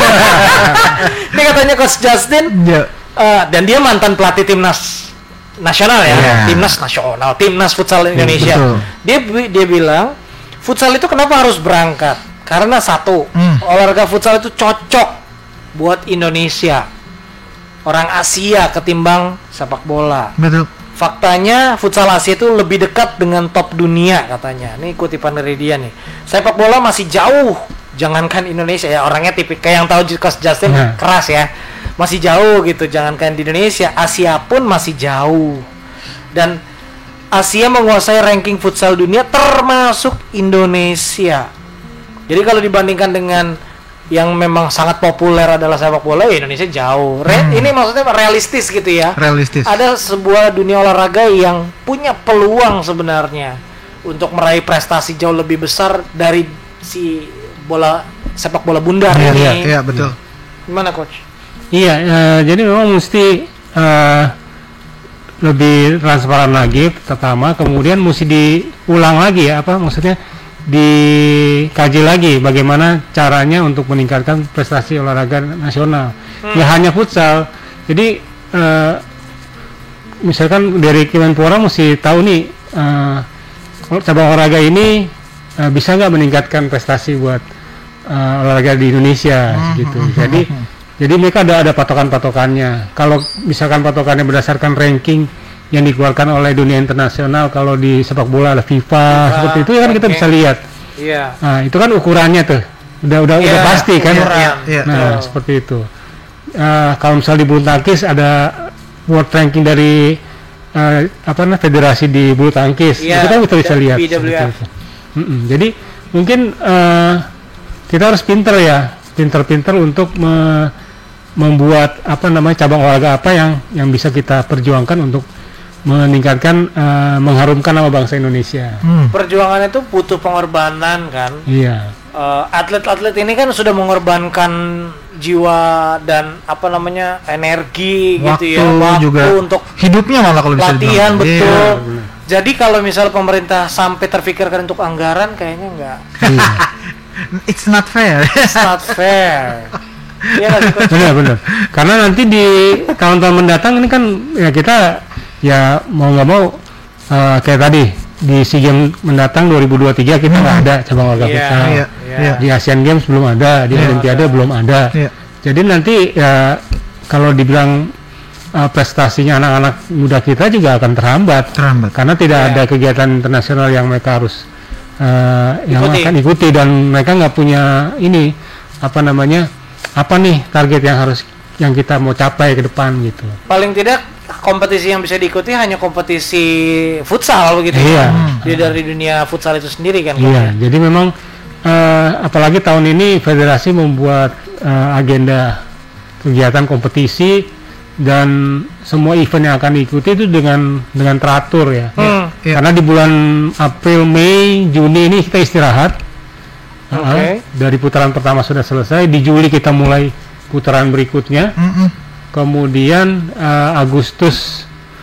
Ini katanya Coach Justin. Yeah. Uh, dan dia mantan pelatih timnas nasional ya, yeah. timnas nasional, timnas futsal Indonesia. Betul. Dia dia bilang futsal itu kenapa harus berangkat? Karena satu, mm. olahraga futsal itu cocok buat Indonesia, orang Asia ketimbang sepak bola. Betul. Faktanya futsal Asia itu lebih dekat dengan top dunia katanya. Ini kutipan dari dia nih. Sepak bola masih jauh, jangankan Indonesia ya, orangnya tipik kayak yang tahu Coach Justin yeah. keras ya. Masih jauh gitu, jangankan di Indonesia, Asia pun masih jauh. Dan Asia menguasai ranking futsal dunia termasuk Indonesia. Jadi kalau dibandingkan dengan yang memang sangat populer adalah sepak bola, ya Indonesia jauh. Re- hmm. Ini maksudnya realistis gitu ya. Realistis. Ada sebuah dunia olahraga yang punya peluang sebenarnya untuk meraih prestasi jauh lebih besar dari si bola sepak bola bundar ya, ini. Iya, iya betul. Gimana coach? Iya, uh, jadi memang mesti uh, lebih transparan lagi pertama, kemudian mesti diulang lagi ya, apa maksudnya dikaji lagi bagaimana caranya untuk meningkatkan prestasi olahraga nasional. Hmm. Ya hanya futsal. Jadi uh, misalkan dari Kemenpora mesti tahu nih uh, cabang olahraga ini uh, bisa nggak meningkatkan prestasi buat uh, olahraga di Indonesia hmm. gitu. Jadi Jadi mereka ada ada patokan-patokannya. Kalau misalkan patokannya berdasarkan ranking yang dikeluarkan oleh dunia internasional, kalau di sepak bola ada FIFA, FIFA seperti itu ya kan okay. kita bisa lihat. Iya. Yeah. Nah, itu kan ukurannya tuh. Udah udah yeah, udah pasti kan. Yeah, yeah, nah, yeah. seperti itu. Uh, kalau misalnya di bulu tangkis ada world ranking dari uh, apa namanya federasi di bulu tangkis. Yeah, itu kan kita bisa lihat. B W F. Mm-mm. Jadi mungkin uh, kita harus pinter ya, pinter-pinter untuk me- membuat apa namanya cabang olahraga apa yang yang bisa kita perjuangkan untuk meningkatkan, uh, mengharumkan nama bangsa Indonesia. Hmm. Perjuangan itu butuh pengorbanan kan? Iya. Uh, atlet-atlet ini kan sudah mengorbankan jiwa dan apa namanya energi waktu gitu ya, waktu juga untuk hidupnya malah kalau bisa latihan dibilang. betul. Yeah. Jadi kalau misal pemerintah sampai terfikirkan untuk anggaran, kayaknya enggak. It's not fair. It's not fair. Iya benar benar. Karena nanti di tahun-tahun mendatang ini kan ya kita ya mau nggak mau uh, kayak tadi di SEA Games mendatang dua ribu dua puluh tiga kita nggak hmm. ada cabang olahraga yeah, futsal. yeah, yeah. Di Asian Games belum ada, di yeah, Olimpiade ada. belum ada. Yeah. Jadi nanti ya kalau dibilang uh, prestasinya anak-anak muda kita juga akan terhambat, terhambat. Karena tidak yeah. ada kegiatan internasional yang mereka harus uh, yang akan ikuti dan mereka nggak punya ini apa namanya apa nih target yang harus yang kita mau capai ke depan gitu. Paling tidak kompetisi yang bisa diikuti hanya kompetisi futsal begitu iya. ya. Jadi dari dunia futsal itu sendiri kan. Iya, kan? Jadi memang uh, apalagi tahun ini federasi membuat uh, agenda kegiatan kompetisi dan semua event yang akan diikuti itu dengan dengan teratur ya. Hmm. Ya. Karena di bulan April, Mei, Juni ini kita istirahat. Okay. Uh, dari putaran pertama sudah selesai, di Juli kita mulai putaran berikutnya. Mm-mm. Kemudian uh, Agustus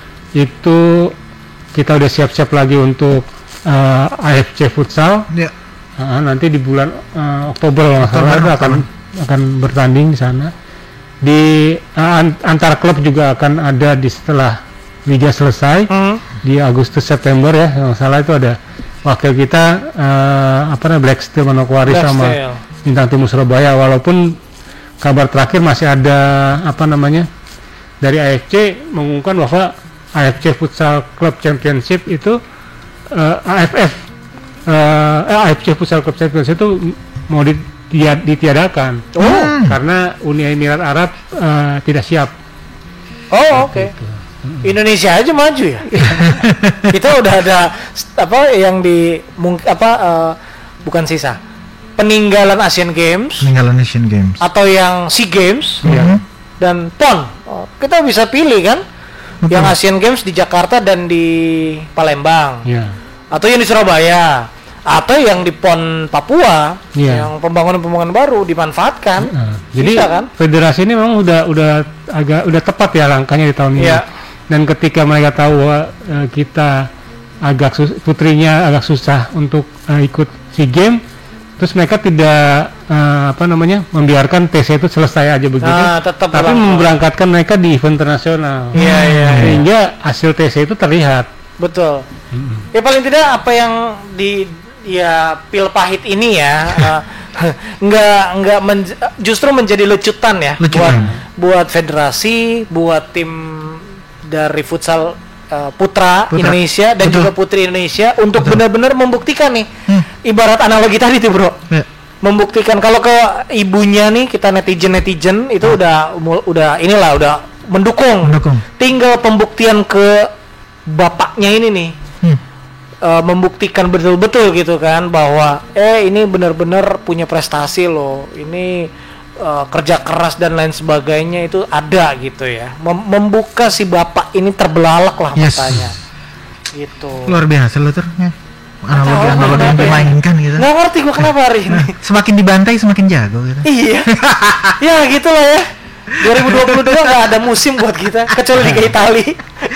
itu kita udah siap-siap lagi untuk uh, A F C futsal. Yeah. Uh, nanti di bulan uh, Oktober kalau nggak salah akan akan bertanding di sana. Di uh, antar klub juga akan ada di setelah liga selesai mm. di Agustus September ya, kalau nggak salah itu ada wakil kita uh, apa namanya Black Steel Manokwari Black sama Steel. Bintang Timur Surabaya, walaupun kabar terakhir masih ada apa namanya dari A F C mengumumkan bahwa A F C Futsal Club Championship itu uh, A F F uh, A F C Futsal Club Championship itu mau ditiadakan oh. karena Uni Emirat Arab uh, tidak siap. Oh oke. Okay. Gitu. Indonesia aja maju ya. Kita udah ada apa yang di apa uh, bukan sisa peninggalan Asian Games, peninggalan Asian Games atau yang SEA Games mm-hmm. dan P O N. Oh, kita bisa pilih kan, betul. Yang Asian Games di Jakarta dan di Palembang, yeah. atau yang di Surabaya, atau yang di P O N Papua, yeah. yang pembangunan-pembangunan baru dimanfaatkan. Uh, jadi bisa, kan? Federasi ini memang udah udah agak udah tepat ya langkahnya di tahun ini. Yeah. Dan ketika mereka tahu bahwa uh, kita agak sus- putrinya agak susah untuk uh, ikut SEA Games, terus mereka tidak uh, apa namanya membiarkan T C itu selesai aja begitu, nah, tapi langsung. Memberangkatkan mereka di event internasional, yeah, yeah, sehingga yeah. hasil T C itu terlihat. Betul. Mm-hmm. Ya paling tidak apa yang di ya pil pahit ini ya uh, nggak nggak men- justru menjadi lecutan ya lecutan. buat buat federasi, buat tim dari futsal uh, putra, putra Indonesia dan Betul. juga putri Indonesia untuk Betul. benar-benar membuktikan nih hmm. ibarat analogi tadi tuh bro ya. Membuktikan kalau ke ibunya nih kita netizen netizen itu hmm. udah udah inilah udah mendukung. mendukung tinggal pembuktian ke bapaknya ini nih hmm. uh, membuktikan betul-betul gitu kan bahwa eh ini benar-benar punya prestasi loh, ini Uh, kerja keras dan lain sebagainya itu ada gitu ya. Mem- membuka si bapak ini terbelalak lah yes. matanya gitu. Luar biasa lo tuh ya. Analogi-analogi yang dimainkan gitu. Nggak ngerti gua kenapa hari ini. Semakin dibantai semakin jago gitu. Iya. Ya gitu lah ya. dua ribu dua puluh dua nggak ada musim buat kita kecuali Liga Itali.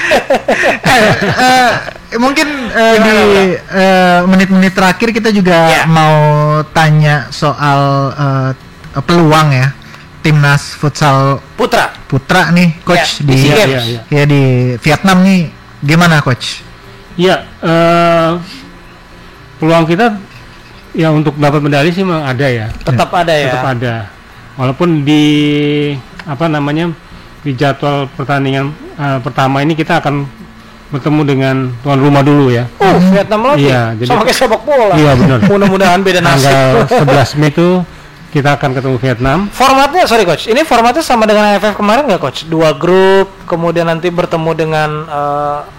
uh, mungkin uh, di uh, menit-menit terakhir kita juga yeah. mau tanya soal uh, peluang ya timnas futsal putra putra nih coach ya, di ya, ya, ya. ya di Vietnam nih gimana coach? Ya uh, peluang kita ya untuk dapat medali sih memang ada ya, tetap ada ya, tetap ada walaupun di apa namanya di jadwal pertandingan uh, pertama ini kita akan bertemu dengan tuan rumah dulu ya. Oh hmm. Vietnam lagi iya, jadi, sama kayak sepak bola. Iya benar. Mudah-mudahan beda nasib. Tanggal sebelas Mei itu kita akan ketemu Vietnam. Formatnya, sorry coach, ini formatnya sama dengan A F F kemarin nggak coach? Dua grup, kemudian nanti bertemu dengan uh,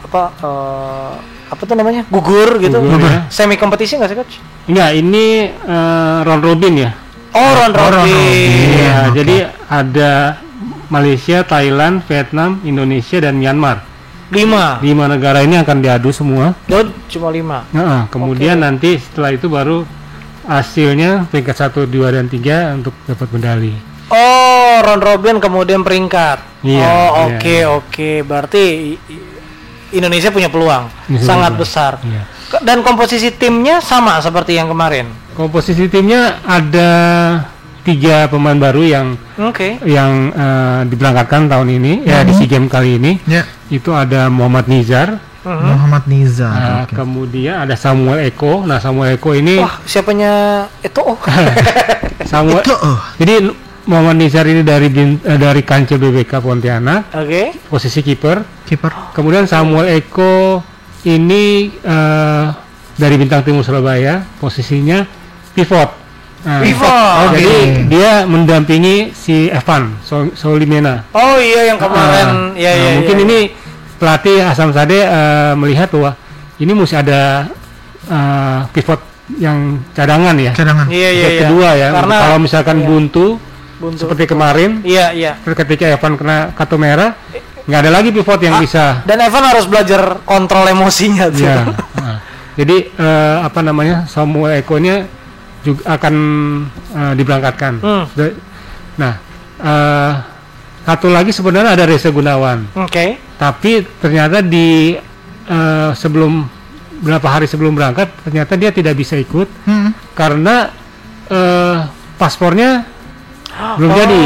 apa uh, apa tuh namanya gugur gitu, gugur, ya. Semi kompetisi nggak sih coach? Enggak, ini uh, round robin ya. Oh round robin. Oh, ya, okay. Jadi ada Malaysia, Thailand, Vietnam, Indonesia dan Myanmar. Lima. Lima negara ini akan diadu semua. Oh, cuma lima. Nah, kemudian okay. nanti setelah itu baru hasilnya peringkat satu, dua dan tiga untuk dapat medali. Oh, round robin kemudian peringkat. Iya, oh, oke okay, iya. oke. Okay. Berarti Indonesia punya peluang Indonesia sangat punya. besar. Iya. Dan komposisi timnya sama seperti yang kemarin. Komposisi timnya ada tiga pemain baru yang okay. yang uh, diberangkatkan tahun ini mm-hmm. ya di SEA Games kali ini. Yeah. Itu ada Muhammad Nizar. Uh-huh. Muhammad Nizar. Uh, okay. Kemudian ada Samuel Eko. Nah Samuel Eko ini. Wah siapanya itu? Oh. Samuel. Itu. Oh. Jadi Muhammad Nizar ini dari uh, dari Kancil B B K Pontianak. Oke. Okay. Posisi kiper. Kiper. Kemudian Samuel Eko ini uh, dari Bintang Timur Surabaya. Posisinya pivot. Nah, pivot. Oh, okay. Jadi dia mendampingi si Evan Sol- Solimena. Oh iya yang kemarin. Uh, ya, nah, ya, mungkin ya. ini pelatih Asam Sade uh, melihat bahwa ini mesti ada uh, pivot yang cadangan ya. Cadangan. Iya iya. Kedua ya. Karena kalau misalkan iya. buntu, buntu seperti kemarin. Iya iya. Ketika Evan kena kartu merah, nggak ada lagi pivot yang ah, bisa. Dan Evan harus belajar kontrol emosinya tuh. Ya, nah, jadi uh, apa namanya Samuel Eko-nya juga akan uh, diberangkatkan. Hmm. Nah, uh, satu lagi sebenarnya ada Reza Gunawan. Oke. Okay. Tapi ternyata di uh, sebelum berapa hari sebelum berangkat ternyata dia tidak bisa ikut hmm. karena uh, paspornya belum oh. jadi.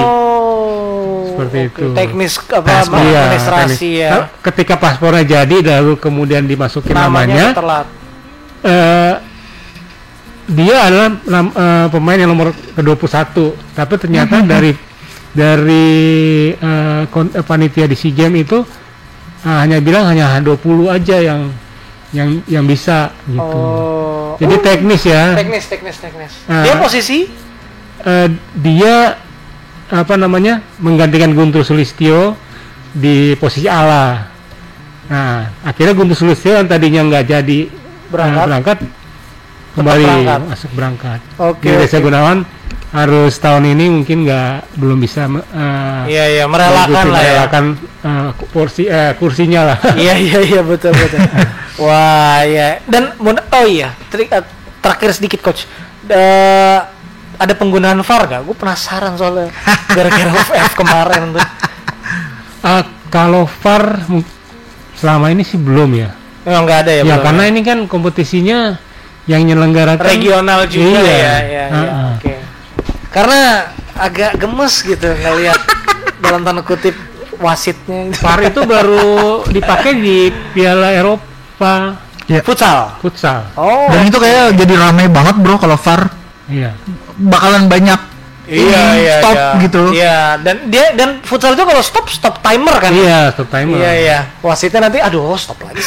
Seperti okay. itu. Teknis apa administrasi ya. ya. Ketika paspornya jadi lalu kemudian dimasukin namanya. namanya uh, dia adalah uh, pemain yang nomor ke dua puluh satu, tapi ternyata mm-hmm. dari dari uh, kon- uh, panitia di SEA Games itu uh, hanya bilang hanya dua puluh aja yang yang yang bisa gitu. Oh. Jadi uh, teknis ya. Teknis teknis teknis. Uh, dia posisi uh, dia apa namanya menggantikan Guntur Sulistyo di posisi ala. Nah, akhirnya Guntur Sulistyo yang tadinya nggak jadi berangkat, uh, berangkat kembali berangkat. masuk berangkat. Oke. Okay, Reza okay. Gunawan harus tahun ini mungkin nggak belum bisa. Uh, iya iya merelakan lah merelakan, ya. Uh, kursi uh, kursinya lah. Iya iya iya betul betul. Wah ya dan oh iya trik, uh, terakhir sedikit coach. Uh, ada penggunaan V A R nggak? Gue penasaran soalnya gara-gara F kemarin tuh. Uh, kalau V A R selama ini sih belum ya. Memang nggak ada ya. Ya karena ya? Ini kan kompetisinya yang menyelenggarakan regional juga iya. ya, ya, uh-uh. ya oke. Okay. Karena agak gemes gitu ngelihat dalam tanda kutip wasitnya. V A R itu baru dipakai di Piala Eropa. Ya. Futsal. Futsal. Oh. Dan itu kayak jadi ramai banget bro kalau V A R. Iya. Bakalan banyak. Iya iya stop iya. gitu. Iya dan dia dan futsal itu kalau stop stop timer kan? Iya stop timer. Iya iya. Wasitnya nanti aduh stop lagi.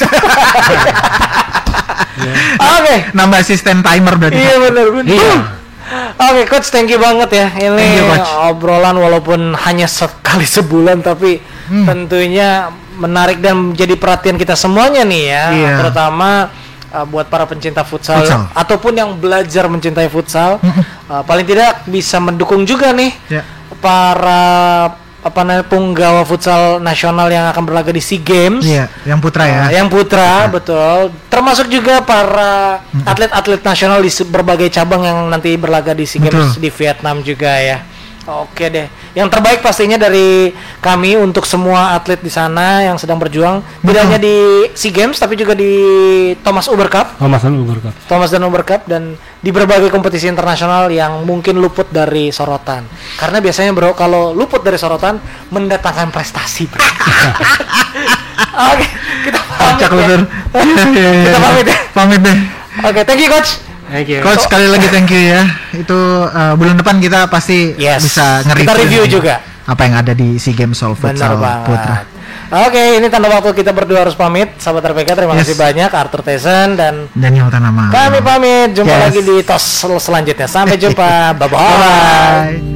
Yeah. Oke, okay. Nambah sistem timer berarti. Iya benar benar. Iya. Oke, okay, coach, thank you banget ya. Ini you, obrolan walaupun hanya sekali sebulan tapi hmm. tentunya menarik dan menjadi perhatian kita semuanya nih ya, yeah. terutama uh, buat para pencinta futsal, futsal ataupun yang belajar mencintai futsal. uh, paling tidak bisa mendukung juga nih yeah. para apa namanya punggawa futsal nasional yang akan berlaga di SEA Games. Iya, yang putra ya. Uh, yang putra, ya. Betul. Termasuk juga para mm. atlet-atlet nasional di berbagai cabang yang nanti berlaga di SEA Games betul. Di Vietnam juga ya. Oke deh. Yang terbaik pastinya dari kami untuk semua atlet di sana yang sedang berjuang, betul. Tidak hanya di SEA Games tapi juga di Thomas Uber Cup. Thomas dan Uber Cup. Thomas dan Uber Cup dan di berbagai kompetisi internasional yang mungkin luput dari sorotan. Karena biasanya bro kalau luput dari sorotan mendatangkan prestasi. Bro. Oke, kita pamit. Ya. Kita pamit ya. Pamit deh. Oke, thank you coach. Thank you. Coach sekali lagi thank you ya. Itu uh, bulan depan kita pasti yes. bisa nge-review. Kita review juga apa yang ada di SEA Games Soul Futsal Putra. Oke, ini tanda waktu kita berdua harus pamit. Sahabat R P K, terima yes. kasih banyak. Arthur Tyson dan Daniel Tanama. Kami pamit. Jumpa yes. lagi di tos selanjutnya. Sampai jumpa. Bye-bye. Bye-bye.